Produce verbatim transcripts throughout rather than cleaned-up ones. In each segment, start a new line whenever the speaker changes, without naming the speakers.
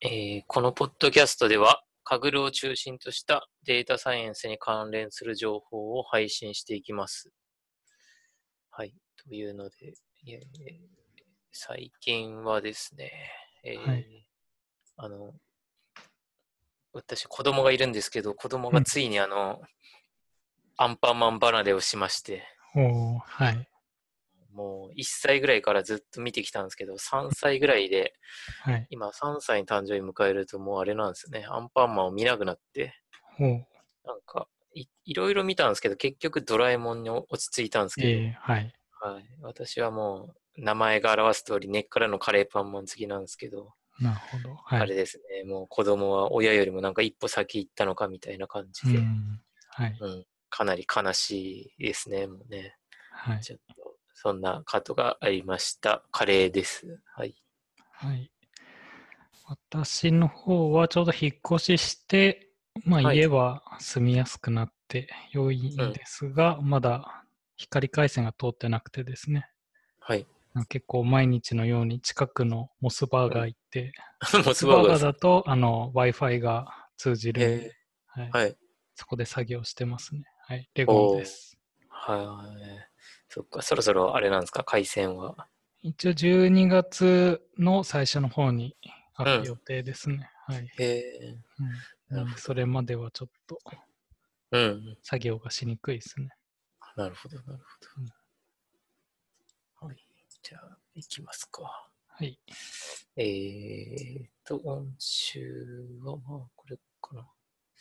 えーこのポッドキャストでは、カグルを中心としたデータサイエンスに関連する情報を配信していきます。はい。というので、えー最近はですね、えー
はい。
あの、私子供がいるんですけど、子供
うん。
がついにあの、アンパンマン離れをしまして、
おー、はい。
もういっさいぐらいからずっと見てきたんですけど、さんさいぐらいで、
はい。
今さんさいに誕生日迎えるともうあれなんですよね、アンパンマンを見なくなって、
おー、
なんかい、いろいろ見たんですけど、結局ドラえもんに落ち着いたんですけど、
えー、はい。
はい。私はもう、名前が表す通り根っからのカレーパンマン好きなんですけど、
なるほど。はい。
あれですね、もう子供は親よりもなんか一歩先行ったのかみたいな感じ
う
で、
ん。はい。
うん、かなり悲しいですね、もうね。
はい。
ちょっと、そんなことがありました。カレーです。はい。
はい。私の方はちょうど引っ越しして、まあ
はい。
家は住みやすくなって良い
うん。
んですが、まだ光回線が通ってなくてですね。
はい。
結構毎日のように近くのモスバー
うん。
ガー行って、
モ
モスバーガー
スバーガーですか？
だとあの Wi-Fi が通じるんで、
へえ。
はい。
はい。
そこで作業してますね。はい。レゴンで
おー。
す。
はい。そっか、そろそろあれなんですか、回線は。
一応じゅうにがつの最初の方に開
うん。
く予定ですね。はい。
へえ。
うん。なんで、
なるほど。
それまではちょっと
うん。
作業がしにくいですね。
なるほど、なる
うん、
ほど。はい。じゃあ、行きますか。
はい。
えーと、今週は、まあ、これかな。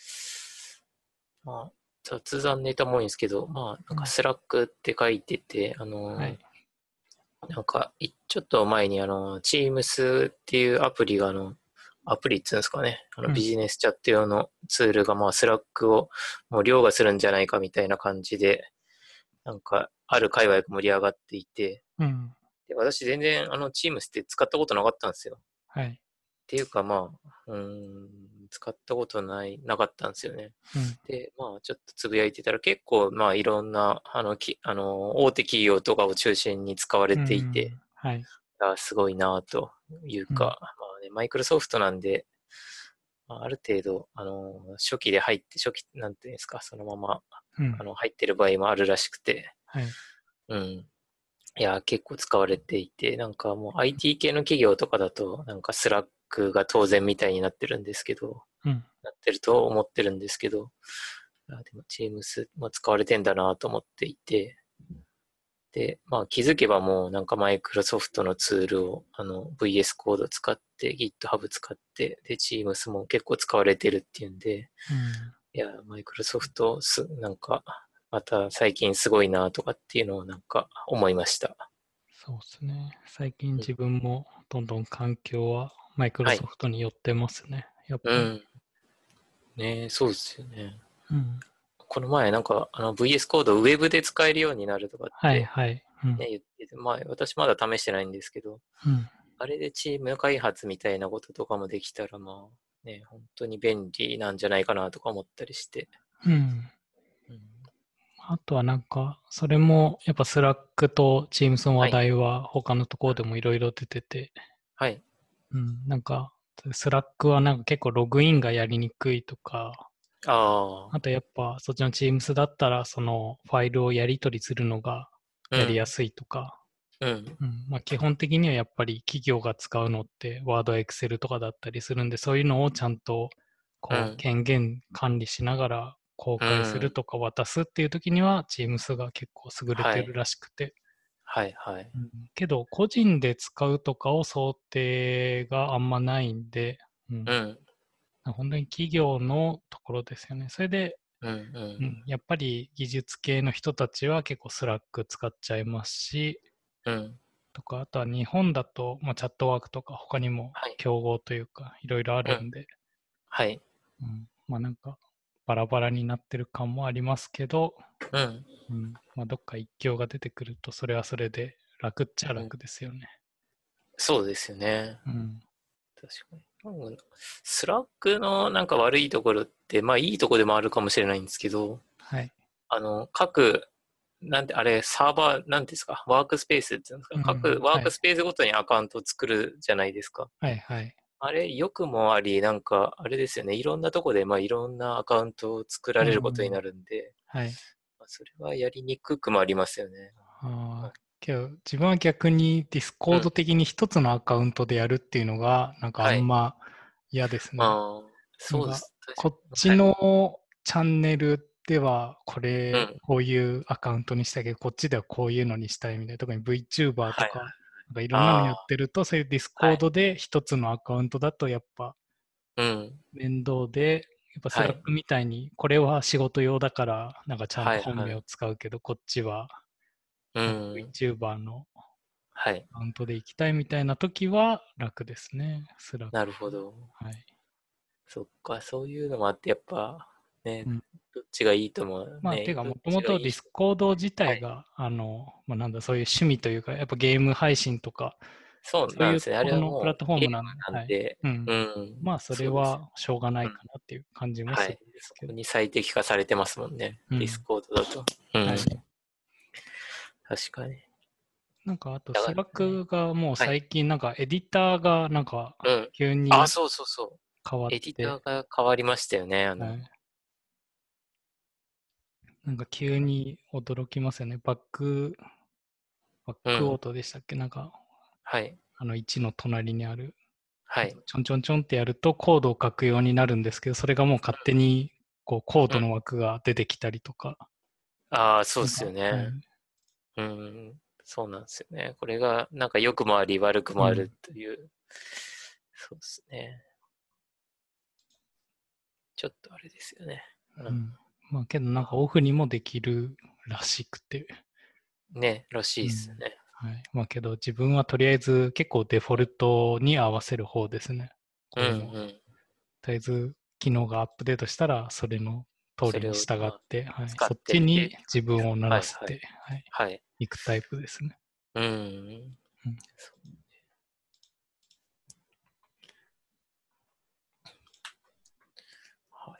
まあ、雑談ネタも多いんですけど、まあ、なんか
うん、
スラックって書いてて、あ
はい。
のーなんか、いちょっと前に、あの、Teams っていうアプリが、あの、アプリっつうんですかね、あの
うん。
ビジネスチャット用のツールが、まあ、スラックをもう凌駕するんじゃないかみたいな感じで、なんか、ある界隈が盛り上がっていて、
うん。
で私全然、あの、Teams って使ったことなかったんですよ。
はい。
っていうか、まあ、うーん、使ったことない、なかったんですよね。
うん。
で、まあ、ちょっとつぶやいてたら結構、まあ、いろんな、あの、き、あの、大手企業とかを中心に使われ
う
ていて、
ん。はい。
あ、すごいなという
うん。
か、まあね、マイクロソフトなんで、まあ、ある程度、あの、初期で入って、初期、なんていうんですか、そのまま、
うん。
あの、入ってる場合もあるらしくて、
はい。
うん。いや、結構使われていて、なんかもう アイティー 系の企業とかだと、なんかスラックが当然みたいになってるんですけど、
うん。
なってると思ってるんですけど、あでも Teams も使われてんだなと思っていて、で、まあ気づけばもうなんかマイクロソフトのツールをあの ブイエス コード使って GitHub 使って、で Teams も結構使われてるっていうんで、
うん。
いや、マイクロソフトす、なんかまた最近すごいなとかっていうのをなんか思いました。
そうですね。最近
うん、
自分もどんどん環境はマイクロ
はい。
ソフトに寄ってますね。やっぱり。
うん。ね、そうですよね。
うん。
この前なんかあの ブイエス コードをウェブで使えるようになるとかっ
はい
て、
はい。うん。
ね、言ってて、まあ私まだ試してないんですけど、
うん。
あれでチーム開発みたいなこととかもできたら、まあね、本当に便利なんじゃないかなとか思ったりして。
うん。
うん、
あとはなんか、それもやっぱスラックと Teams の話
はい。
題は他のとこ
うん、
ろでもいろいろ出てて、
はい。
うん。なんか、スラックはなんか結構ログインがやりにくいとか、
ああ、
あとやっぱそっちの Teams だったらそのファイルをやり取りするのが
うん、
やりやすいとか、
うん、
うん、まあ、基本的にはやっぱり企業が使うのって Word、Excel とかだったりするんで、そういうのをちゃんとこう
うん、
権限管理しながら公
う
開する
ん。
とか渡すっていう時には Teams が結構優れ
はい。
てるらしくて、
はい、はい。
うん、けど個人で使うとかを想定があんまないんで、うん、
うん、
本当に企業のところですよね。それで、
うん、うん、
うん、やっぱり技術系の人たちは結構スラック使っちゃいますし、
うん。
とか、あとは日本だと、まあ、チャットワークとか他にも
はい。
競合というかいろいろあ
うん、
るんで、
はい。
うん、まあなんかバラバラになってる感もありますけど、
うん、
うん、まあどっか一強が出てくるとそれはそれで楽っちゃ
うん。
楽ですよね。
そうですよね。
うん。
確かに。なんかスラックのなんか悪いところって、まあいいところでもあるかもしれないんですけど、
はい。
あの、各、なんて、あれ、サーバー、なんていうんですか、ワークスペースっていうんですか、
うん。
各ワー
はい。
クスペースごとにアカウントを作るじゃないですか。
はいはい。
あれ、良くもあり、なんか、あれですよね。いろんなとこで、まあ、いろんなアカウントを作ら
うん
れることに
うん。
なるんで、
はい。
まあ、それはやりにくくもありますよね。
ああ、
はい。
けど、自分は逆にディスコード
うん。
的に一つのアカウントでやるっていうのが、なんかあ
はい。
んま嫌ですね。
ああ、
なんか、
そうです。確
こっ
かに。
ち
はい。
のチャンネルでは、これ、
うん。
こういうアカウントにしたいけど、こっちではこういうのにしたいみたいな、特に VTuber と
はい。
か、なんかいろんなのやっ
ああ、
てると、そういうディス
はい。
コードで一つのアカウントだとやっぱ
うん。
面倒で、やっぱス
はい。
ラックみたいに、これは仕事用だから、なんかちゃん
はい。
と本名を
はい。
使うけど、こっちは
う
なんか
ん。
VTuber の
はい。
アカウントで行きたいみたいな時は楽ですね、スラック
なるほ
は。
ど。
はい。
そっか、そういうのもあって、やっぱ、ね、
うん。
どっちがいいとも
まあ、て
ね、
いうか、
どっ
もともとディス
ちがいい人。
コード自
はい。
体が、あの、まあ、なんだ、そういう趣味というか、やっぱゲーム配信とか、
そう
そういうと
なんですね。あれ
ころのプラッ
はもうゲー
トフォームなんで、はい。
ムなんで、
うん。
うん、
まあ、それ
そうですよ。
はしょうがな
うん。
いかなっていう感じもする
はい。
んですけど。
そこに最適化されてますもんね。
うん。
ディスコードだと。うん。
はい。
確かに。
なんか、あと、
だか
スラッ
らね。
クがもう
はい。
最近、なんか、エディターが、なんか、
うん。あ、
急に
そうそうそう。
変わっ
エディタ
て、
ーが変わりましたよね。あの、
はい。なんか、急に驚きますよね。バック、バッ
うん。
クオートでしたっけ？なんか、
はい。
あのいちの隣にある、
はい。
ちょんちょんちょんってやるとコードを書くようになるんですけど、それがもう勝手にこうコー
うん。
ドの枠が出てきたりとか、
ああ、そうですよ
なんか、は
ね。
い。
うん。そうなんですよね。これが、なんか良くもあり、悪くもある
うん。
という。そうですね。ちょっとあれですよね。うん。
うん。まあけどなんか
まあ、
オフにもできるらしくて。
ね、らしい
うん。
ですね。
はい。まあけど自分はとりあえず結構デフォルトに合わせる方ですね。
うんう
これも。
ん。
とりあえず機能がアップデートしたらそれの通
それを、
りに従
まあ、
って、はい。
使っ
そっ
てみてっ
ちに
て感じですか。
自分を乗
はいはい。
らせて、はい。
はい。
いくタイプですね。
うん。
うん。
そうはい。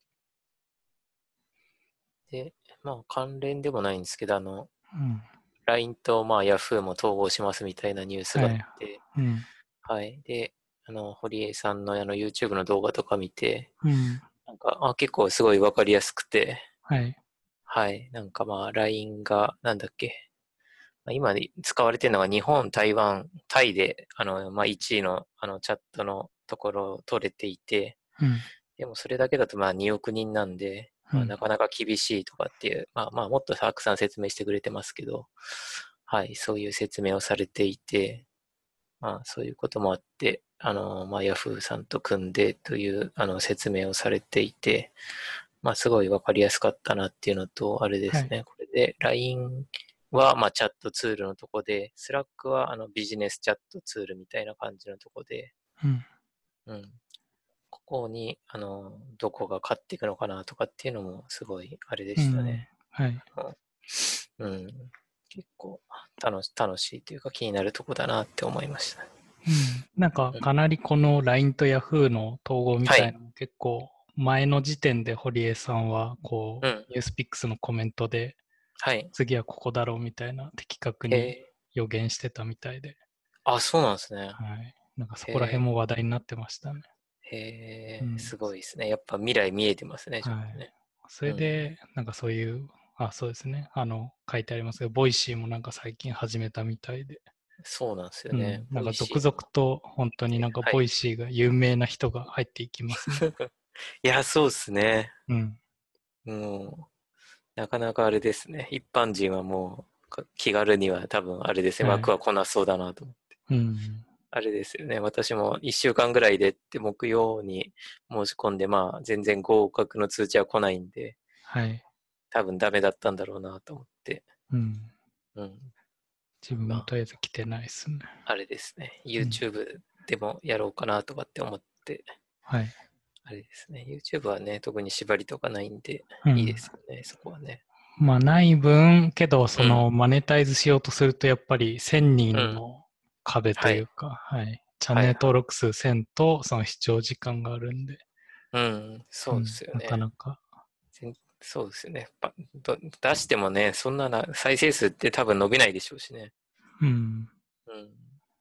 で、まあ関連でもないんですけど、あの、
うん。
ライン とまあ Yahoo も統合しますみたいなニュースがあっ
はい。
て、
うん。
はい。で、あの、堀江さんのあの YouTube の動画とか見て、
うん。
なんか、あ、結構すごいわかりやすくて、
はい。
はい。なんかまあ ライン が、なんだっけ、まあ今使われてるのが日本、台湾、タイで、あの、まあいちいのあのチャットのところを取れていて、
うん。
でもそれだけだとまあにおく人なんで、まあ
うん。
なかなか厳しいとかっていう、まあまあもっとたくさん説明してくれてますけど、はい、そういう説明をされていて、まあそういうこともあって、あの、まあヤフーさんと組んでというあの説明をされていて、まあすごいわかりやすかったなっていうのと、あれで
はい。
すね、これで ライン はまあチャットツールのとこで、Slack はあのビジネスチャットツールみたいな感じのとこで、
うん。
うん、ここに、あの、どこが勝っていくのかなとかっていうのもすごいあれで
うん。
したね。
はい。
あのうん、結構楽し楽しいというか気になるとこだなって思いました。
うん。なんか、
うん、
かなりこの ライン と Yahoo の統合み
はい。
たいなのも結構、前の時点で堀江さんは、こ
うん。
う、ニュースピックスのコメントで、
はい。
次はここだろうみたいな的確に
へえ。
予言してたみたいで、
あ、そうなんですね。
はい。なんかそこら辺
へえ。
も話題になってましたね。
へえ。
うん。
すごいですね。やっぱ未来見えてますね、ちょっ
はい。
とね。
そ
うん。
れで、なんかそういう、あ、そうですね。あの、書いてありますけど、ボイシーもなんか最近始めたみたいで、
そうなんですよね。
うん。なん
ボイ
か続
シーも
々と本当に
で、
なんか
はい。
ボイシーが有名な人が入っていきますね。
いや、そうですね。
うん。
もう、なかなかあれですね。一般人はもう、か気軽には多分あれですね。
はい。
枠はこなそうだなと思って。
うん。
あれですよね。私も一週間ぐらいでって木曜に申し込んで、まあ全然合格の通知は来ないんで、
はい。
多分ダメだったんだろうなと思って。
うん。
うん。
自分
まあ、
もとりあえず来てないですね。
あれですね。
うん。
YouTube でもやろうかなとかって思って、
はい。
あれですね。YouTube はね、特に縛りとかないんで、いいで
うん。
すよね。そこはね。
まあ、ない分、けど、そ
うん。
の、マネタイズしようとすると、やっぱりせんに
うん。
んの壁と
はい。
いうか、はい。チャンネル
はいはい。
登録数せんと、その視聴時間があるんで、
うん。そうで
うん。なか
すよね。
なか、
全そうですよね。ばど出してもね、そんなな再生数って多分伸びないでしょうしね。
うん。
うん。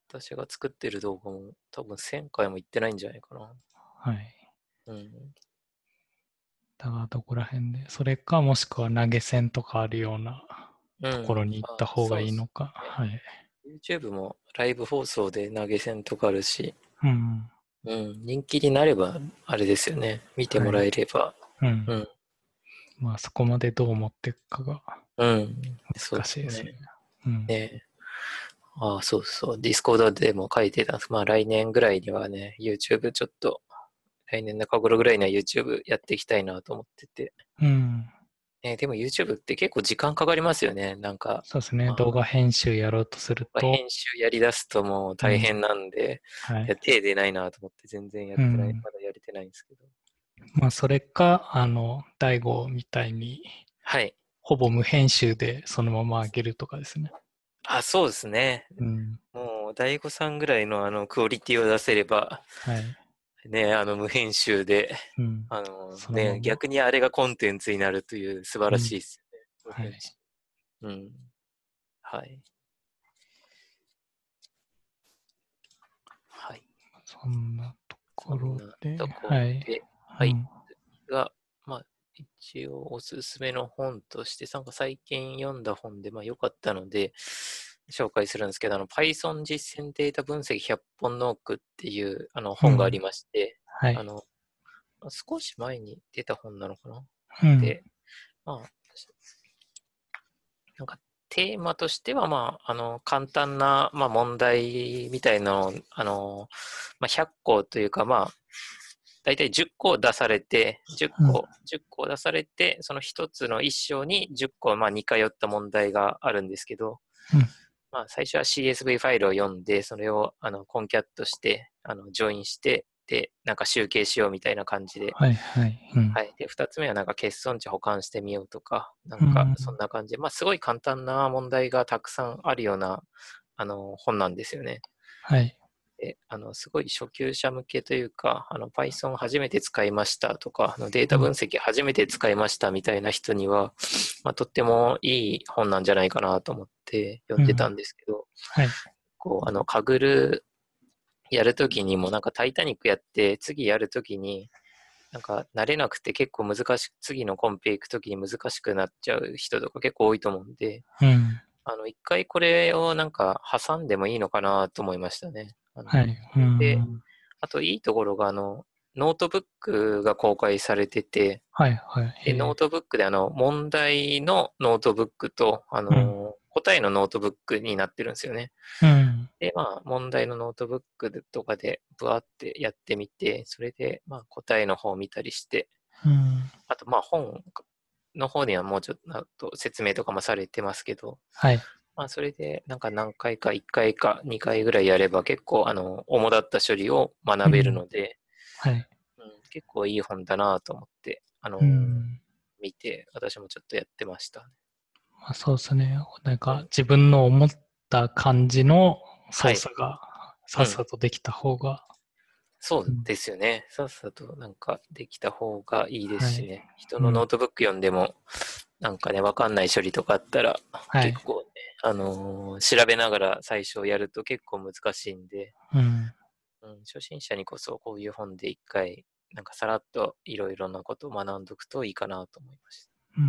私が作ってる動画も多分せんかいも行ってないんじゃないかな。
はい。
うん。
だからどこら辺で、それかもしくは投げ銭とかあるような
うん。
ところに行っ
あ、
た方が
そうです
いいのか。
ね。
はい。
YouTube もライブ放送で投げ銭とかあるし、
うん。
うん。人気になれば、あれですよね。見てもら
はい。
えれば。
うん。
うん。
まあそこまでどう持っていくかが
うん。そう
難しいですね。
ですね。
うん。
ね。ああ、そうそう。ディスコードでも書いてたんです。まあ来年ぐらいにはね、YouTube ちょっと、来年中頃ぐらいには YouTube やっていきたいなと思ってて。
うん。
ね、でも YouTube って結構時間かかりますよね。なんか、
そうですね。
まあ、
動画編集やろうとすると、
編集やり出すともう
うん。
大変なんで、いや、
はい。
手出ないなと思って全然やってない、
うん。
まだやれてないんですけど。
まあそれか、あの、大悟みたいに、
はい。
ほぼ無編集でそのまま上げるとかですね。
あ、そうですね。
うん。
もう、大悟さんぐらいのあの、クオリティを出せれば、
はい。
ね、あの、無編集で、
うん。
あの、ね、
そのまま。
逆にあれがコンテンツになるという素晴らしい
うん。
ですよね。無
はい。
編集。うん。はい。はい。
そんなところ
そんな
で、
とこ
はい。
で、はい。
うん。
が、まあ、一応おすすめの本として、なんか最近読んだ本で、まあ良かったので、紹介するんですけど、あの、Python 実践データ分析ひゃっぽんノークっていうあの
うん。
本がありまして、
はい。
あの、少し前に出た本なのかな。
うん。
で、まあ、なんかテーマとしては、まあ、あの、簡単な、まあ、問題みたいなのを、あの、まあ、ひゃっこというか、まあ、大体じゅっこ出されて、10
うん。
個、じゅっこ出されて、そのひとつの一章にじゅっこ、まあ、似通った問題があるんですけど、
うん。
まあ、最初は シーエスブイ ファイルを読んで、それをあのコンキャットして、あのジョインして、で、なんか集計しようみたいな感じで、
はいはい。うん。
はい。で、二つ目はなんか欠損値保管してみようとか、なん
うん。
かそんな感じで、まあすごい簡単な問題がたくさんあるような、あの、本なんですよね。
はい。
で、あの、すごい初級者向けというか、あの、Python 初めて使いましたとか、あのデータ分
うん。
析初めて使いましたみたいな人には、まあとってもいい本なんじゃないかなと思って読んでた
うん。
んですけど、
はい。
こう、あの、カグルやるときにもなんかタイタニックやって、次やるときに、なんか慣れなくて結構難しく、次のコンペ行くときに難しくなっちゃう人とか結構多いと思うんで、
うん。
あの、一回これをなんか挟んでもいいのかなと思いましたね。あの、
はい。う
で、
ん。
あといいところがあの、ノートブックが公開されてて、
はいはい。
で、ノー
え
トブックであの、問題のノートブックと、あ
ー、うん。
の、答えのノートブックになってるんですよね。
うん。
で、まあ、問題のノートブックとかでブワーってやってみて、それで、まあ、答えの方を見たりして、
うん。
あと、まあ、本の方にはもうちょっと説明とかもされてますけど、
はい。
まあ、それで、なんか何回か、いっかいかにかいぐらいやれば結構、あの、主だった処理を学べる
うん。
ので、
はい。
うん、結構いい本だなと思って、あの
う
ー
ん。
見て、私もちょっとやってましたね。
まあ、そうですね。なん
うん。
か自分の思った感じの操
はい。
作がさっ
うん。
さとできた方が、
そう
うん、
ですよね。さっさとなんかできた方がいいです
はい。
しね。人
うん。
のノートブック読んでも、なんかね、わかんない処理とかあったら、
はい。
結構ね、あのー調べながら最初やると結構難しいんで、
うん。
うん、初心者にこそこういう本で一回、なんかさらっといろいろなことを学んどくといいかなと思いました。
うん。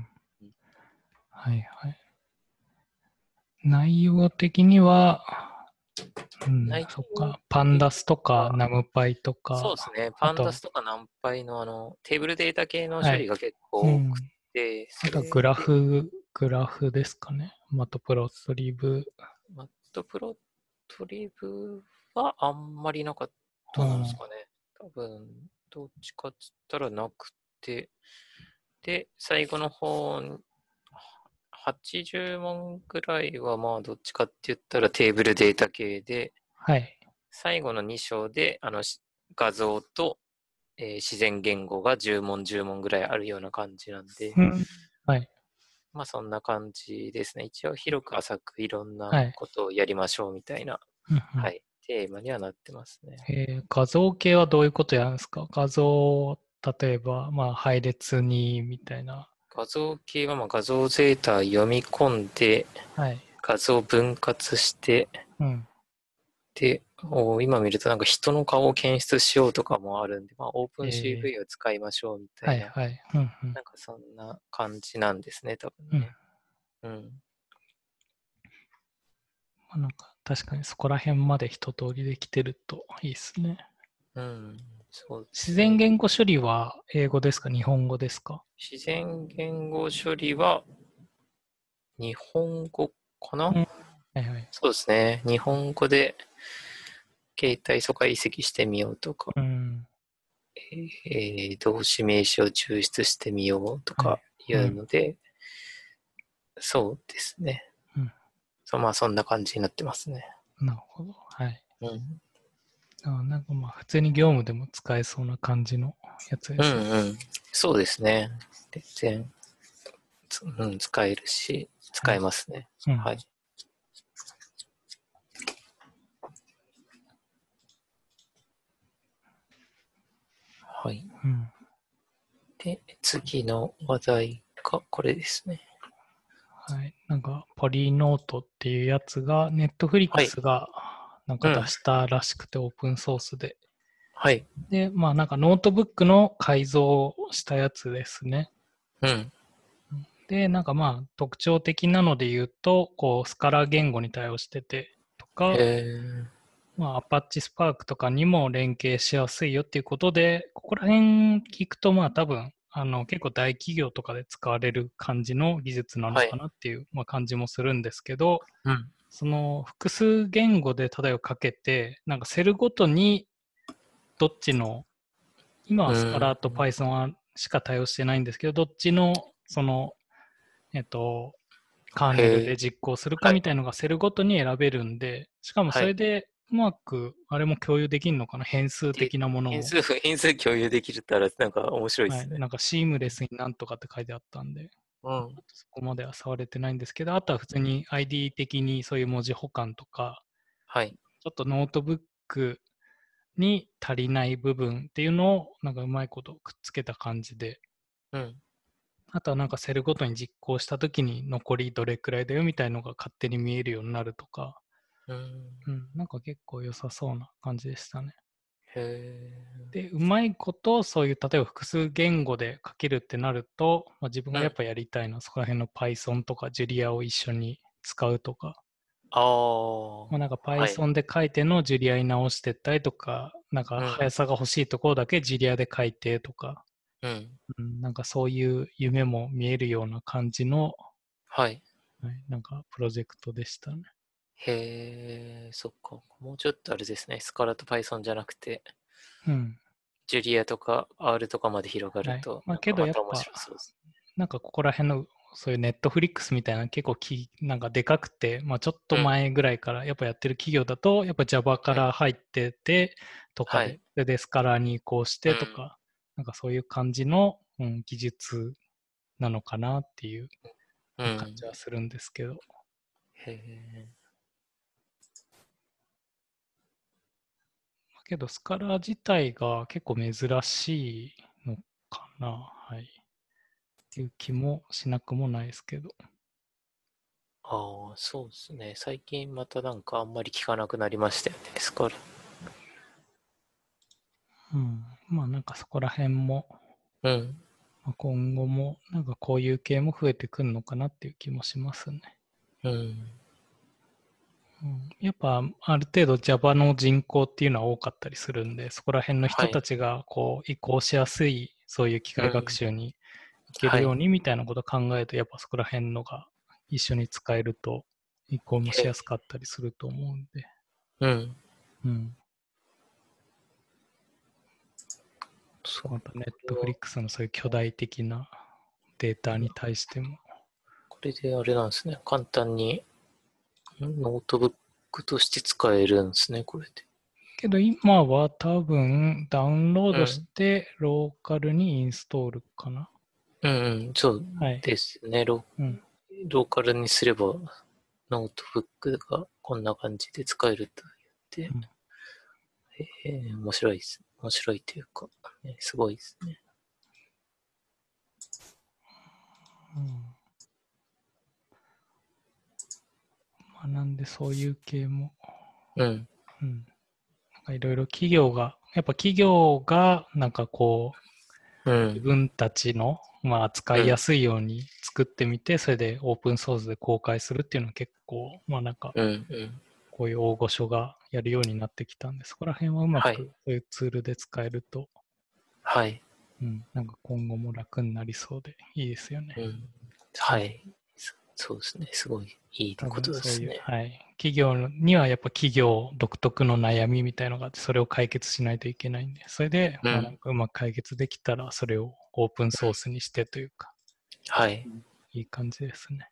うん、
はいはい。内容的には、うん、
内容
そっか。パンダスとか、
は、
ナムパイとか、
そうですね、パンダ
あと、
スとかナンパイのあの、テーブルデータ系の処
はい。
理が結
う
構多く
ん。
て、
あ
そ
とはグラ
れで、
フ、グラフですかね。マトプロトリブ。
マットプロトリブはあんまりなかったんです
うん。
かね。多分、どっちかっつったらなくて、で、最後の方、はちじゅう問ぐらいはまあどっちかって言ったらテーブルデータ系で、
はい。
最後のに章であの画像と、えー自然言語がじゅう問じゅう問ぐらいあるような感じなんで、
うん。はい。
まあそんな感じですね。一応広く浅くいろんな
はい。
ことをやりましょうみたいな、
うんうん、
はい、テーマにはなってますね。
えー画像系はどういうことやるんですか？画像、例えば、まあ、配列に、みたいな。
画像系はまあ画像データ読み込んで、
はい。
画像分割して、
うん。
で、お今見るとなんか人の顔を検出しようとかもあるんで、まあ、オープン
えー、
シーブイ を使いましょうみたいな、
はいはい。うんうん。
なんかそんな感じなんですね、多分
うん。
ね。うん。
まあ、なんか確かにそこら辺まで一通りできてるといいですね。
うん。そうで
自
すね。
然言語処理は英語ですか日本語ですか？
自然言語処理は日本語かな。
うん。はいはい。
そうですね。日本語で携帯素解析してみようとか、
うん。
えー動詞名詞を抽出してみようと
はい。
かいう
うん。
ので、そうですね。
うん。
そう、まあそんな感じになってますね。
なるほど。はい。
うん。
あなんかまあ普通に業務でも使えそうな感じのやつで
うん
すね。
うん。そうですね。全然、うん、使えるし、使え
はい。
ますね。
うん。
はい。はい。
うん。
で、次の話題がこれですね。
はい。なんか、ポリノートっていうやつが、ネットフリッ
はい。
クスがなんか出
うん。
したらしくて、オープンソースで。
はい。
で、まあなんかノートブックの改造をしたやつですね。
うん。
で、なんかまあ特徴的なので言うと、こうスカラ言語に対応しててと
へ
か、
え。
まあアパッチスパークとかにも連携しやすいよっていうことで、ここら辺聞くとまあ多分、あの結構大企業とかで使われる感じの技術なの
はい。
かなっていう、まあ、感じもするんですけど、
うん。
その複数言語で例えばかけて、なんかセルごとにどっちの、今はスカ
うん。
ラーと Python はしか対応してないんですけど、どっちのその、えっと、カーネル
へえ。
で実行するか
はい。
みたいのがセルごとに選べるんで、しかも
はい。
それでうまくあれも共有できるのかな、変数
で、
的なものも。
変数、変数共有できるったらなんか面白いで
はい、
すね。
なんかシームレスになんとかって書いてあったんで、
うん。
そこまでは触れてないんですけど、あとは普通に アイディー 的にそういう文字保管とか、
はい。
ちょっとノートブックに足りない部分っていうのをなんかうまいことくっつけた感じで、
うん。
あとはなんかセルごとに実行したときに残りどれくらいだよみたいのが勝手に見えるようになるとか、
うん。
うん、なんか結構良さそうな感じでしたね。
へえ。
で、うまいことそういう例えば複数言語で書けるってなると、まあ、自分
うん。
がやっぱやりたいのはそこら辺の Python とか Julia を一緒に使うとか、
ああ。
まあ、なんか
はい。
Python で書いての Julia に直してったりとか、なんか
うん。
速さが欲しいところだけ Julia で書いてとか、
うん。
うん、なんかそういう夢も見えるような感じの、
はい。
はい、なんかプロジェクトでしたね。
へえ、そっか。もうちょっとあれですね。スカラと Python じゃなくて、
うん。
ジュリアとか R とかまで広がる
はい。
と、
まあけ
なんかまた面
どやっぱ、
白そうです。
なんかここら辺のそういうネットフリックスみたいな結構きなんかでかくて、まあちょっと
うん。
前ぐらいからやっぱやってる企業だと、やっぱ Java か
はい。
ら入っててとかで、
はい。
で、でスカラに移行し
うん。
てとか、なんかそういう感じの、うん、技術なのかなっていう感
うん。
じはするんですけど。
へえ。
けど、スカラ自体が結構珍しいのかな。はい。っていう気もしなくもないですけど。
ああ、そうですね。最近またなんかあんまり聞かなくなりましたよね。スカラ。
うん。まあなんかそこら辺も、
うん。
まあ、今後もなんかこういう系も増えてくるのかなっていう気もしますね。
うん。
うん、やっぱある程度 Java の人口っていうのは多かったりするんで、そこら辺の
はい。
人たちがこう移行しやすいそういう機械学
うん。
習に行ける
はい。
ようにみたいなことを考えると、やっぱそこら辺のが一緒に使えると移行もしやす
へえ。
かったりすると思うんで。
うん。
うん。
そう。
またネッ
これは、
トフリックスのそういう巨大的なデータに対しても。
これであれなんですね。簡単にノートブックとして使えるんですね、これで。
けど今は多分ダウンロードし
うん。
てローカルにインストールかな。
うんうん、そう
はい。
ですね。ロ、
うん。
ローカルにすれば、ノートブックがこんな感じで使えると言って、
うん。
えー、面白いです。面白いというか、ね、すごいですね。
うんまあ、なんでそういう系も、
うん。
ううん。なんかいろいろ企業が、やっぱ企業がなんかこう、
うん。
自分たちの、まあ、扱いやすいように作ってみて、それでオープンソースで公開するっていうのは結構、まあなんか、
うん。うん。
こういう大御所がやるようになってきたんで、そこら辺はうま
はい。
くそういうツールで使えると、
はい。
うん、なんか今後も楽になりそうでいいですよね。
うん。
うん、
はい。そそうですね。すごいいい
多
こと
分そういう、
ですね。
はい。企業にはやっぱ企業独特の悩みみたいのがあって、それを解決しないといけないんで、それで、
うん。
まあなんかうまく解決できたら、それをオープンソースにしてというか、
はい。
いい感じですね。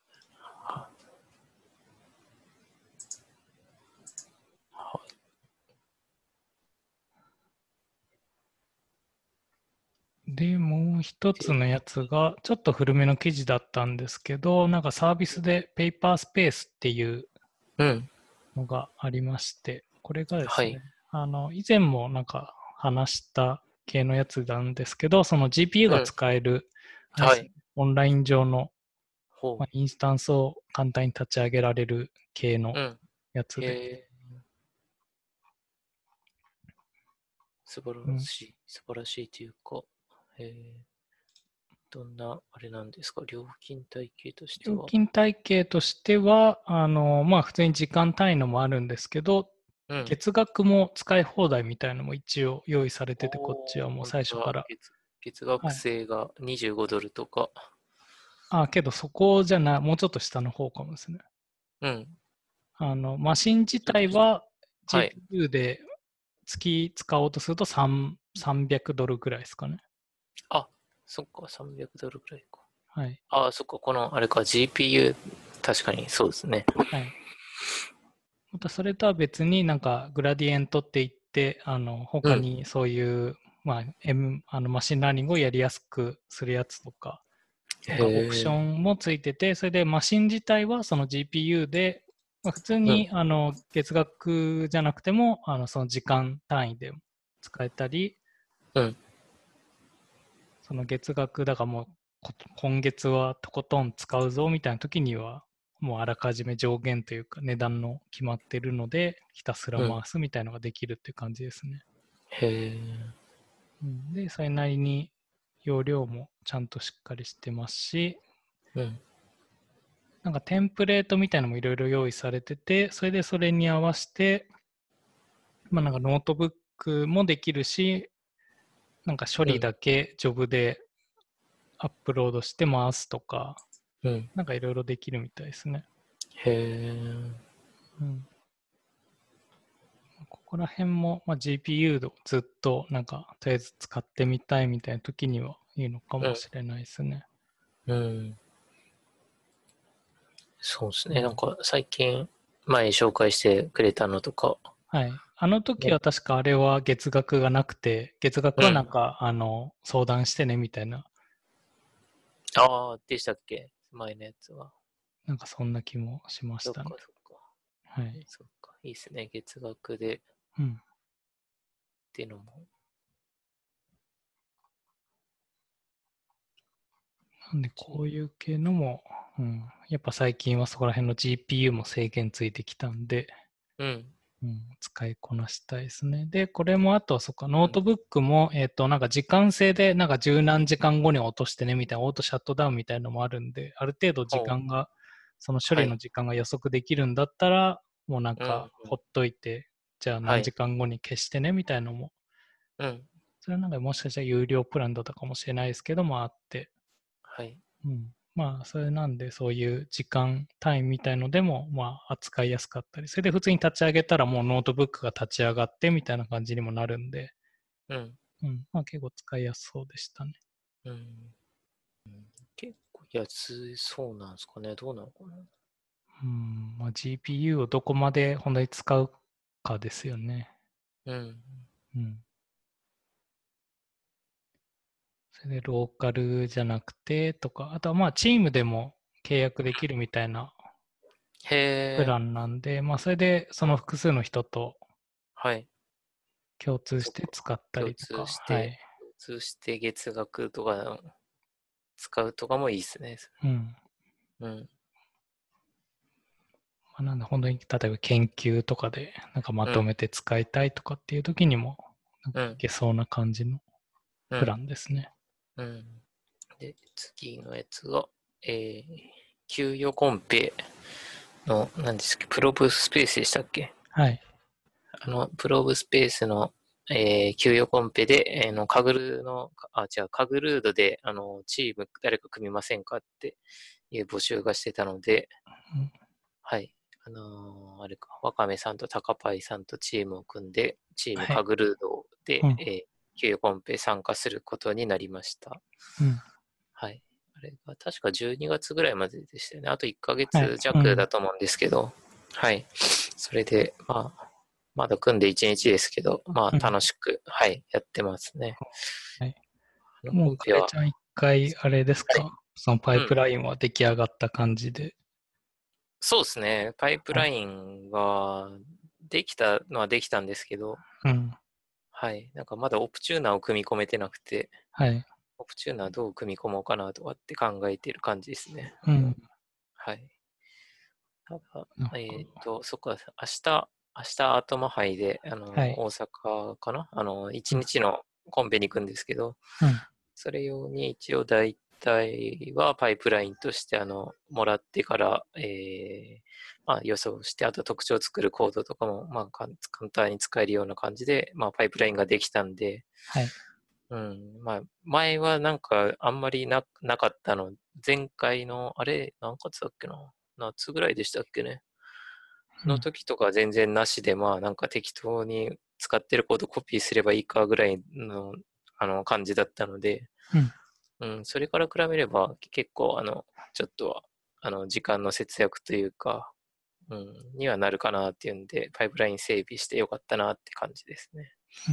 で、もう一つ
で、
のやつが、ちょっと古めの記事だったんですけど、なんかサービスでペーパースペースっていう
うん。
のがありまして、これがですね、
はい。
あの、以前もなんか話した系のやつなんですけど、その ジーピーユー が
うん。
使える、あれですね、
はい。
オンライン上の、
ほ
まあ、インスタンスを簡単に立ち上げられる系の
う。うん。
やつで、
へえ。素晴
うん、
らしい。素晴らしいというか、へえ。どんな、あれなんですか、料金体系としては。
料金体系としては、あの、まあ、普通に時間単位のもあるんですけど、
うん。
月額も使い放題みたいなのも一応用意されてて、こっちは
おー、
もう
本当だ。
最初から。
月、月額
はい。
制がにじゅうごドルとか。
あ、けどそこじゃない、もうちょっと下の方かもですね。
うん。
あの、マシン自
ちょっとした。
体は
はい。
ジーピーユー で月使おうとするとさん さんびゃくドルぐらいですかね。
あ、そっか、さんびゃくドルくらいか。
はい。
あ、そっか、この、あれか、ジーピーユー、確かにそうですね。
はい。またそれとは別になんかグラディエントって言って、あの、
うん。
他にそういう、まあ、M、あのマシンラーニングをやりやすくするやつとか、なん
へ
かオプショ
え。
ンもついてて、それでマシン自体はその ジーピーユー で、まあ、普通
うん。
にあの月額じゃなくても、あのその時間単位で使えたり、
うん。
その月額だからもうこ今月はとことん使うぞみたいな時には、もうあらかじめ上限というか値段の決まってるので、ひたすら
うん。
回すみたいなのができるっていう感じですね。
へえ。
うん、で、それなりに容量もちゃんとしっかりしてますし、
うん。
なんかテンプレートみたいなのもいろいろ用意されてて、それでそれに合わせて、まあなんかノートブックもできるし、なんか処理
うん。
だけジョブでアップロードして回すとか、
うん。
なんかいろいろできるみたいですね。
へえ。
うん。ここら辺も、まあ、ジーピーユー をずっとなんかとりあえず使ってみたいみたいな時にはいいのか
うん。
もしれないですね。
うん。そうですね。なん
うん。
か、最近、前紹介してくれたのとか、
はい。あの時
ね。
は確かあれは月額がなくて、月額はなん
うん。
か、あの、相談してねみたいな、
ああ、でしたっけ、前のやつは。
なんかそんな気もしまし
そっか、
たね。
そっか。
はい。
そっか。いいっすね。月額でっ
うん。
ていうのも。
なんでこういう系のも、うん、やっぱ最近はそこら辺の ジーピーユー も制限ついてきたんで、
うん。
うん、使いこなしたいですね。で、これもあと、そっか、ノ
うん。
ートブックも、えっ、と、なんか時間制で、なんか十何時間後に落としてね、みたいな、オートシャットダウンみたいなのもあるんで、ある程度時
ほう。
間が、その処
はい。
理の時間が予測できるんだったら、もうなん
うん。うん。
か、ほっといて、じゃあ
はい。
何時間後に消してね、みたいなのも、
うん。
それはなんかもしかしたら有料プランだったかもしれないですけどもあって、
はい。
うん。まあ、それなんで、そういう時間単位みたいのでも、まあ、扱いやすかったり、それで普通に立ち上げたらもうノートブックが立ち上がってみたいな感じにもなるんで、
うん。
うん。まあ、結構使いやすそうでしたね。
うん。結構安そうなんですかね。どうなのかな。
うん。まあ、ジーピーユー をどこまで本当に使うかですよね。
うん。
うん。それでローカルじゃなくてとか、あとはまあ、チームでも契約できるみたいな
へえ。
プランなんで、まあ、それでその複数の人と
はい。
共通し
そっか。
て使った
共
りとか、
通して、
はい。
共通して月額とか使うとかもいいっすね。
うん。
うん。
まあ、なんで本当に例えば研究とかでなんかまとめて使いたいとかっていう時にもなんかい
うん。
けそうな感じのプラ
うん。
ンですね。
うん。で、次のやつが、えー、給与コンペの、何ですっけ、プロブスペースでしたっけ？
はい。
あの、プロブスペースの、えー、給与コンペで、えー、の、カグルの、あ、違う、カグルードで、あの、チーム誰か組みませんかっていう募集がしてたので、
うん、
はい。あのーあれか、ワカメさんとタカパイさんとチームを組んで、チーム
はい。
カグルードで、
うん。
えー、給与コンペ参加することになりました。
うん。
はい。あれが確かじゅうにがつぐらいまででしたよね。あといっかげつ
はい。う
弱だ
ん。
と思うんですけど、はい。それで、まあ、まだ組んでいちにちですけど、まあ
うん。
楽しく、はい、やってますね。
はい。
あの
もう、
コンペは、
かれちゃん一回、あれです
はい。
か？そのパイプ
うん。
ラインは出来上がった感じで。
そうですね。パイプ
はい。
ラインは、できたのはできたんですけど、
うん。
はい。なんかまだオプチューナーを組み込めてなくて、
はい。
オプチューナーどう組み込もうかなとかって考えている感じですね。
うん。
はい。ただ、
なるほど。
えっと、そっか、明日、明日アトマ杯で、あの、
はい。
大阪かなあの、一
うん。
日のコンペに行くんですけど、
うん。
それ用に一応大体はパイプラインとして、あの、もらってから、えー、まあ予想して、あと特徴を作るコードとかも、まあ簡単に使えるような感じで、まあパイプラインができたんで、
はい。
うん、まあ、前はなんかあんまりな、なかったの。前回の、あれ、何月だっけな？夏ぐらいでしたっけね。
うん。
の時とか全然なしで、まあなんか適当に使ってるコードコピーすればいいかぐらいの、あの感じだったので、
うん。
うん、それから比べれば結構あの、ちょっとは、あの、時間の節約というか、うん、にはなるかなっていうんで、パイプライン整備してよかったなって感じですね。
うん。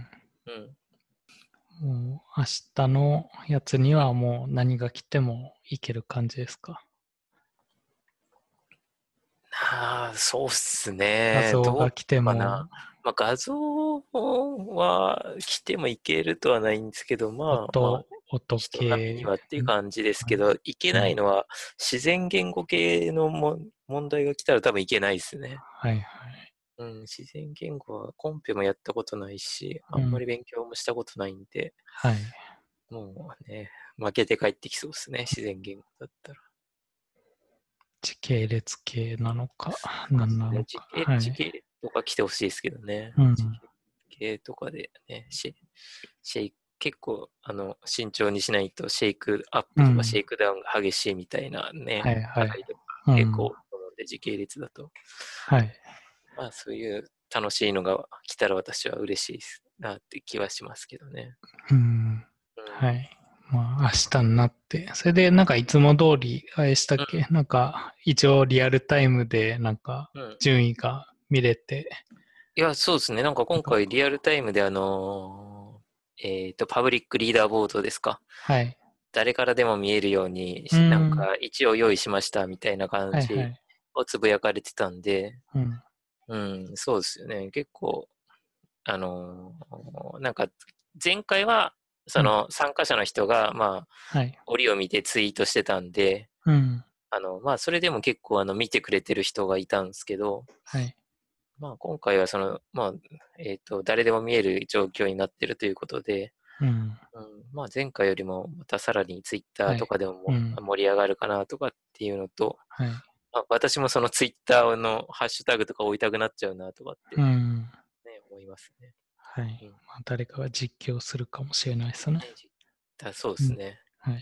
うん。
もう明日のやつにはもう何が来てもいける感じですか？
ああ、そうっすね。
画像
どう
が来て
かな。
も、
まあ、画像は来てもいけるとはないんですけど、まあまあ、
音、音
人並みに
系。
はっていう感じです
はい。
けど、いけ
はい。
ないのは自然言語系のも問題が来たら多分いけないですね。
はい。はい。
うん、自然言語はコンペもやったことないし、あ
うん。
んまり勉強もしたことないんで、
はい。
もうね、負けて帰ってきそうですね、自然言語だったら。
時系列系なのか、
そうですね。
何なのか。
時系、
はい。
時系とか来てほしいですけどね。
うん。
時系とかでね、シェシェイク、結構、あの、慎重にしないと、シェイクアップとかシ
うん。
ェイクダウンが激しいみたいなね、
はい。はい。
課題とか
うん。
結構多いと思うんで、時系列だと。
はい。
まあ、そういう楽しいのが来たら私は嬉しいなって気はしますけどね。
うん。
うん。
はい。まあ、明日になって、それで、なんかいつも通り、あれでしたっ
うん。
け？なんか、一応リアルタイムで、なんか、
うん。
順位が見れて、
いや、そうですね。なんか今
なんか、
回リアルタイムであのーえっと、パブリックリーダーボードですか？
はい。
誰からでも見えるように、
うん。
なんか一応用意しましたみたいな感じ
はいはい。
をつぶやかれてたんで、
うん。
うん、そうですよね。結構、あのーなんか前回は、そ
うん。
の参加者の人が、まあ、
はい。
折を見てツイートしてたんで、
うん。
あの、まあ、それでも結構、あの、見てくれてる人がいたんですけど、
はい。
まあ、今回はその、まあ、えっと、誰でも見える状況になってるということで、
うん。
うん、まあ、前回よりもまたさらにツイッターと
はい。
かでも
うん。
盛り上がるかなとかっていうのと、
はい。
まあ、私もそのツイッターのハッシュタグとか置いたくなっちゃうなとかって
うん。
ね、思いますね。
はい。
うん。
まあ、誰かが実況するかもしれないですね。
ね、じだそうで
うん。
すね。
はい。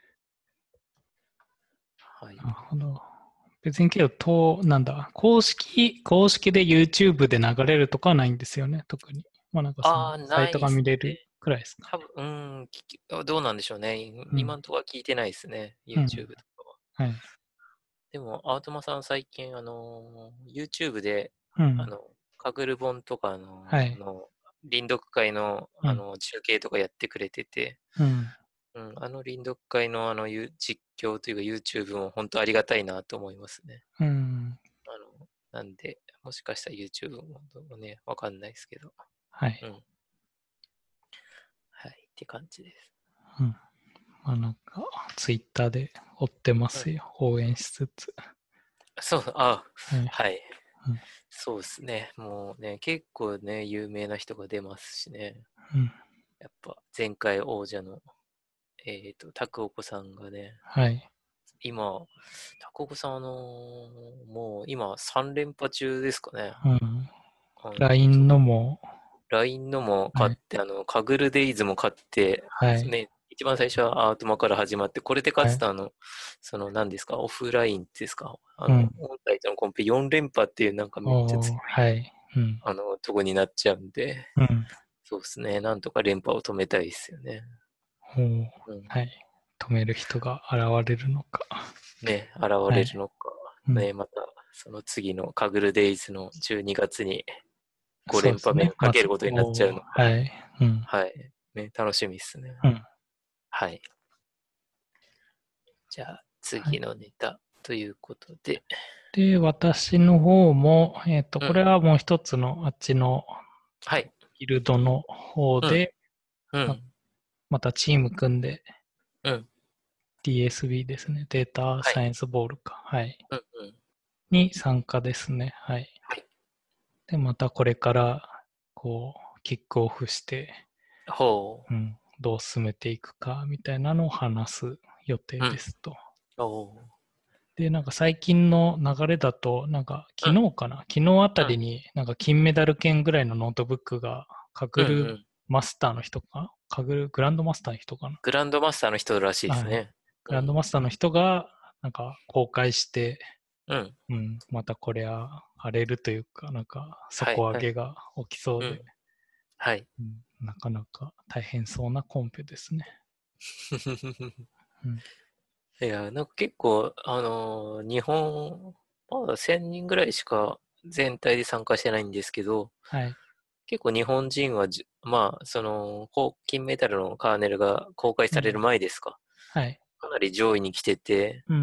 はい。
なるほど。別にけど、と、なんだ、公式、公式で YouTube で流れるとかはないんですよね、特に。まあなんかその、
ああ、
サイト
ないっすね。
が見れるくらいですかね。
多分、うーん、聞きあどうなんでしょうね。
うん。
今んとこは聞いてないですね。
うん。
YouTube とかは。
はい。
でも、アートマさん最近、あのー、YouTube で、
うん。
あの、カグル本とかの、
はい。
の、臨読会の、
うん。
あの、中継とかやってくれてて、
うん。
うん、あの臨読会の、あの、ゆ実況というか YouTube も本当ありがたいなと思いますね。
うん。
あの、なんで、もしかしたら YouTube もね、わかんないですけど。
はい。
うん。はい、って感じです。
うん。まあなんか、ツイッターで追ってま
うん。
すよ。応援しつつ。
そう、あ、
はい。
はい。
うん
そうですね。もうね、結構ね、有名な人が出ますしね。
うん。
やっぱ前回王者の、えっと、タクオコさんがね、
はい。
今、タクオコさん、あのーもう今さん連覇中ですかね。
うん。
あの、そ
ライン
う、
のも、
ライン のも
はい。
買って、あの、カグルデイズも買って、
はい。
ね、一番最初はアートマから始まって、これで
はい。
勝つとあの、その何ですか、オフラインですか、あの、
うん。
オンラインとのコンペよん連覇っていうなんかめっちゃ強
おー、
い、
はい。うん。
あの、とこになっちゃうんで、
うん。
そうですね、なんとか連覇を止めたいですよね。
おー、
うん。
はい。止める人が現れるのか。
ね、現
はい。
れるのか。
うん。
ね、また、その次のカグルデイズのじゅうにがつにご連覇目を
そうですね。まず、
かけることになっちゃ
おー、
うのか。
はい。うん。
はい。ね、楽しみですね。
うん。
はい。じゃあ、次
はい。
のネタということで。
で、私の方も、えっと、
うん。
これはもう一つのあっちの
はい。
ギルドの方
うん。
で、ま、
うん。
またチーム組んで
うん。
ディーエスビー ですね。データ
はい。
サイエンスボールか。はい。
うん。うん。
に参加ですね。はい。
はい。
で、またこれから、こう、キックオフして、
ほ
うん、どう進めていくか、みたいなのを話す予
う。
定
うん。
ですと。
おー。
で、なんか最近の流れだと、なんか
うん。
昨日かな昨日あた
うん。
りになんか金メダル券ぐらいのノートブックがカ
うん。う
グル
ん。
マスターの人かカグルグランドマスターの人か
グランドマスターの人らしいで
なはい。
すね。
グランド
うん。
マスターの人がなんか公開して、
うん。
うん、またこれは荒れるというか、なんか
はい。
底上
はい。
げが起きそうで、
うん。はい。
うん、なかなか大変そうなコンペですね。うん、
いや、なんか結構、あのー日本、まだせんにんぐらいしか全体で参加してないんですけど、
はい。
結構日本人はじ、まあ、その、こう金メダルのカーネルが公開
うん、
される前ですか。
はい。
かなり上位に来てて、
うん、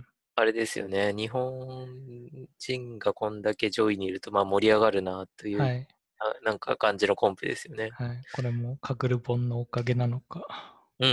あれですよね。日本人がこんだけ上位にいると、まあ盛り上がるなという、
はい。
あなんか感じのコンペですよね。
はい。これもカグル本のおかげなのか。
うん。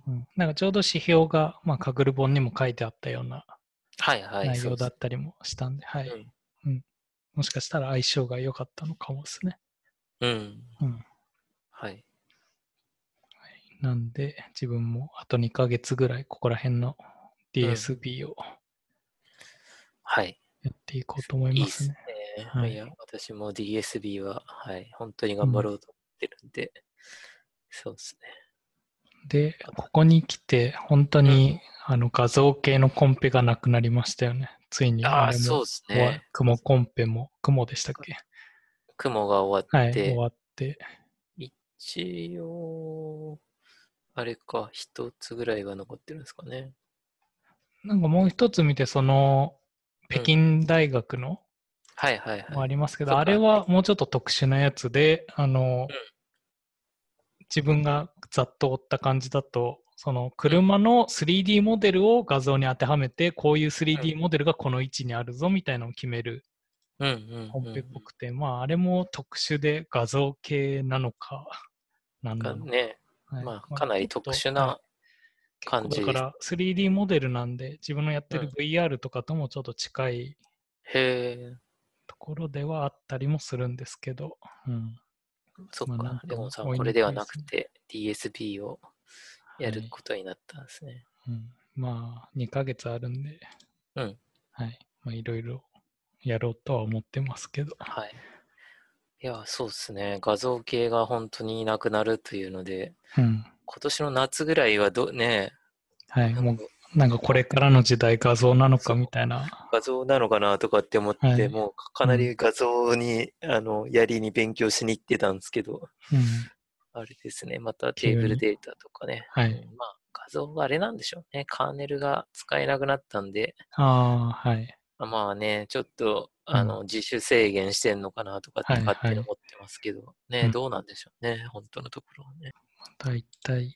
うん、なんかちょうど指標が、まあ、カグル本にも書いてあったような
はいはい、
内容だ
そうです。
ったりもしたんで、はい。
うん。
うん、もしかしたら相性が良かったのかもですね。
うん。
うん。
はい。
なんで、自分もあとにかげつぐらい、ここら辺の
うん。
ディーエスビー を
はい。
やっていこうと思い
いいっす
ますね。は
ね。いや、
い。
私も ディーエスビー は、はい、本当に
うん、
頑張ろうと思ってるんで、そうですね。
で、
あと、
ここに来て、本当
うん。
にあの画像系のコンペがなくなりましたよね。ついにあ
ああ、
れも
そうです
終わ、
ね。
雲コンペも、雲でしたっけ？
雲が終わっ
はい、終
て、
わって、
一応、あれか、一つぐらいは残ってるんですかね。
なんかもう一つ見て、その、北
うん。
京大学の
はいはいはい。
もありますけど、あれ
そっか。
はもうちょっと特殊なやつで、あの、
うん。
自分がざっと追った感じだと、その
うん。
車の スリーディー モデルを画像に当てはめて、こういう
うん。
スリーディー モデルがこの位置にあるぞみたいなのを決める
うん。うん。
コンペっ
うん。
ぽくて、まあ、あれも特殊で画像系なのか、何なのか。
がね、
はい。
まあ、
まあ、
かなり
ちょっと、はい。
特殊な
結構
感じ。
だから スリーディー モデルなんで、自分のやってる
うん。
ブイアール とかともちょっと近い
へえ、
ところではあったりもするんですけど、うん。まあ、なん
そっか。レ
とも
モンさん、
追い
これでは
にくいですね。
なくて ディーエスビー をやる
はい。
ことになったんですね。
うん。まあ、にかげつあるんで、
うん。
はい。まあ、いろいろやろうとは思ってますけど。
はい。いや、そうですね。画像系が本当になくなるというので、
うん。
今年の夏ぐらいはど、ね、
はい。
なんか、
もう、なんかこ
ほ
れからの時代画像なのか
そう、
みたいな。
画像なのかなとかって思って、
はい。
もうか
うん。
なり画像に、あの、やりに勉強しに行ってたんですけど、
うん。
あれですね。またテー
急に。
ブルデータとかね。
はい。
うん、まあ、画像があれなんでしょうね。カーネルが使えなくなったんで、
ああ、はい。
まあね、ちょっと、
うん。
あの、自主制限してんのかなとかって
はい、
勝手に
はい。
思ってますけど、ね、
うん。
どうなんでしょうね。本当のところはね。
だいたい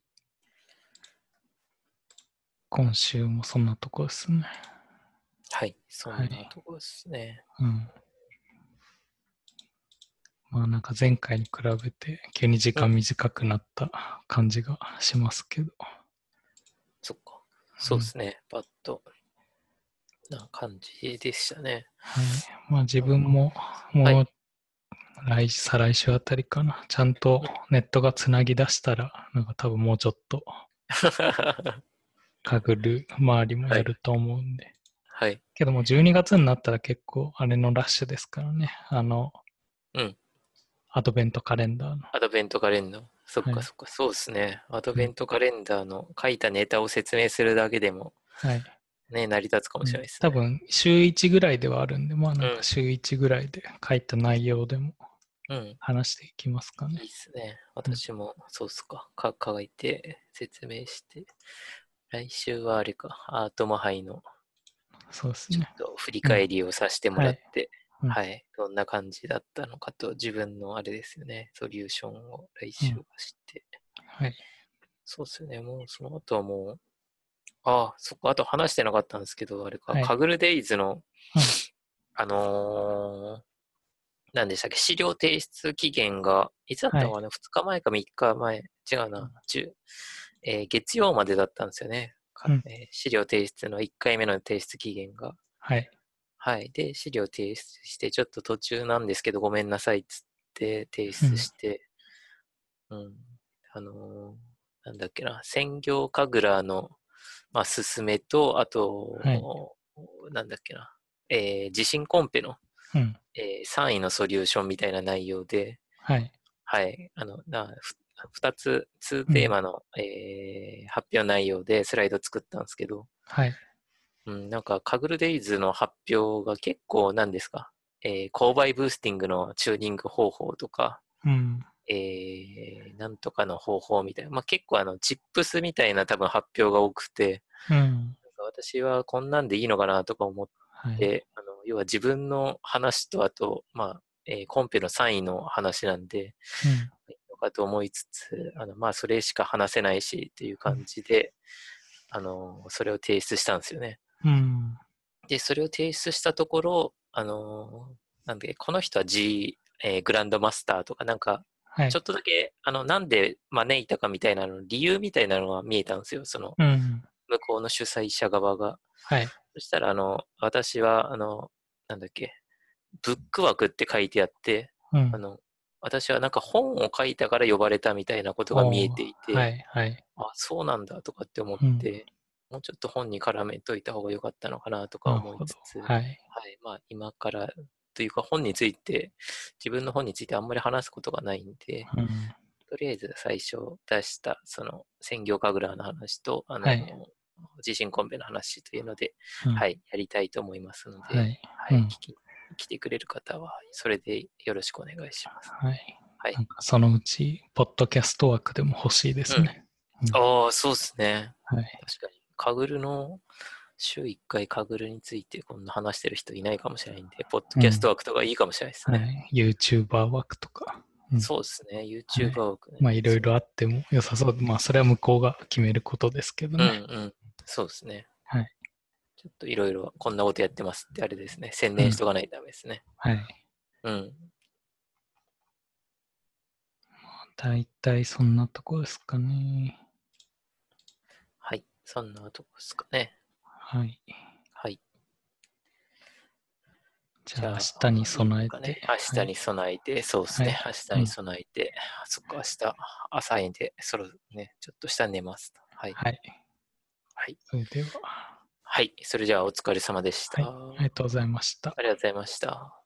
今週もそんなとこですね。
はい。そ
はい。
んなところですね。
うん。まあなんか前回に比べて急に時
うん。
間短くなった感じがしますけど。
そっか。
うん。
そうですね。パッとな感じでしたね。
はい。まあ自分も、もう、
はい。
来、再来週あたりかな。ちゃんとネットがつなぎ出したら、なんか多分もうちょっと、かぐる周りも
はい。
やると思うんで。
はい。
けどもじゅうにがつになったら結構あれのラッシュですからね。あの、
うん。
アドベントカレンダーの。
アドベントカレンダー。そっ
はい。
かそっか。そうですね。アド
うん。
ベントカレンダーの書いたネタを説明するだけでも、
はい。
ね、成り立つかも
うん。
しれないですね。
多分週いちぐらいではあるんで、まあなんか
うん。
週いちぐらいで書いた内容でも
うん。
話していきますかね。
いいっすね。
うん。
私も、そうっすか。か、書いて、説明して。来週はあれか。アートマハイの、ちょっ
そうですね。
と振り
うん。
返りをさせても
はい。
らって、
うん。
はい。どんな感じだったのかと、自分のあれですよね。ソリューションを来
うん。
週は知って。
はい。
そうっすよね。もう、その後はもう、ああ、そっか。あと話してなかったんですけど、あれか。
はい。
カグルデイズの、
うん。
あのー、何でしたっけ、資料提出期限が、いつだっ
はい。
たのかな？ ふつ 日前かみっかまえ。違うな。じゅうえー月曜までだったんですよね。
うん。
えー資料提出のいっかいめの提出期限が。
はい。
はい。で、資料提出して、ちょっと途中なんですけど、ごめんなさいっつって提
うん。
出して、うん。あのーなんだっけな、専業神楽の、まあ、進めと、あ
はい。
と、なんだっけな、えー地震コンペの、
うん。
えーさんいのソリューションみたいな内容で、
はい。
はい。あの、な、ふ二つ、ツー
うん。
テーマの、えー発表内容でスライド作ったんですけど、
はい。
うん、なんか、カグルデイズの発表が結構何ですか、えー、購買ブースティングのチューニング方法とか、
うん。
えー、なんとかの方法みたいな、まあ、結構あの、チップスみたいな多分発表が多くて、
うん。
なんか私はこんなんでいいのかなとか思っ
はい。
て、あの、要は自分の話と、あと、まあ、えーコンペのさんいの話なんで、
うん。
いいのかと思いつつ、あの、まあ、それしか話せないしっていう
うん。
感じで、あの、それを提出したんですよね。
うん。
で、それを提出したところ、あの、なんで、この人は G、えーグランドマスターとか、なんか、
はい。
ちょっとだけ、あの、なんで招いたかみたいなの、理由みたいなのが見えたんですよ。その、
うん。
向こうの主催者側が。
はい。
そしたら、あの、私は、あの、なんだっけ、ブック枠って書いてあって、
うん。
あの、私はなんか本を書いたから呼ばれたみたいなことが見え
おー。
ていて、
はい。はい。
あ、そうなんだとかって思っ
うん。
て、もうちょっと本に絡めといた方が良かったのかなとか思い
なるほど。
つつ、
はい。
はい、まあ今からというか本について、自分の本についてあんまり話すことがないんで、
うん。
とりあえず最初出したその専業神楽の話と、あの、
はい。
地震コンペの話というので、
うん。
はい、やりたいと思いますので、
はい。
はい、
うん。
聞き、来てくれる方は、それでよろしくお願いします。
はい。
はい。
なんかそのうち、ポッドキャスト枠でも欲しいで
うん。
すね。うん。
ああ、そうですね。
はい。
確かに。カグルの、週いっかいカグルについてこんな話してる人いないかもしれないんで、ポッドキャスト
うん。
枠とかいいかもしれないですね。
はい。YouTuber 枠とか。うん。
そうですね。
は
YouTuber
い。
枠ね。
まあ、いろい
そう。
ろあっても良さそう。まあ、それは向こうが決めることですけど
うんう
ね。
ん。そうですね。
はい。
ちょっといろいろこんなことやってますってあれですね。宣
うん。
伝しとかないとダメですね。
はい。
うん。
大体そんなとこですかね。
はい。そんなとこですかね。
はい。
はい。
じゃあ、
じゃあ、
明日に
いい
備えて。
のかね。明
はい。
日に備えて、そうですね。
はい。
明日に
うん。
備えて、そっか、明日、朝いんで、そろね、ちょっとしたら寝ます。はい。
はい。
はい。
それでは。
はい。それじゃあ、お疲れ様でした。
はい。ありがとうございました。
ありがとうございました。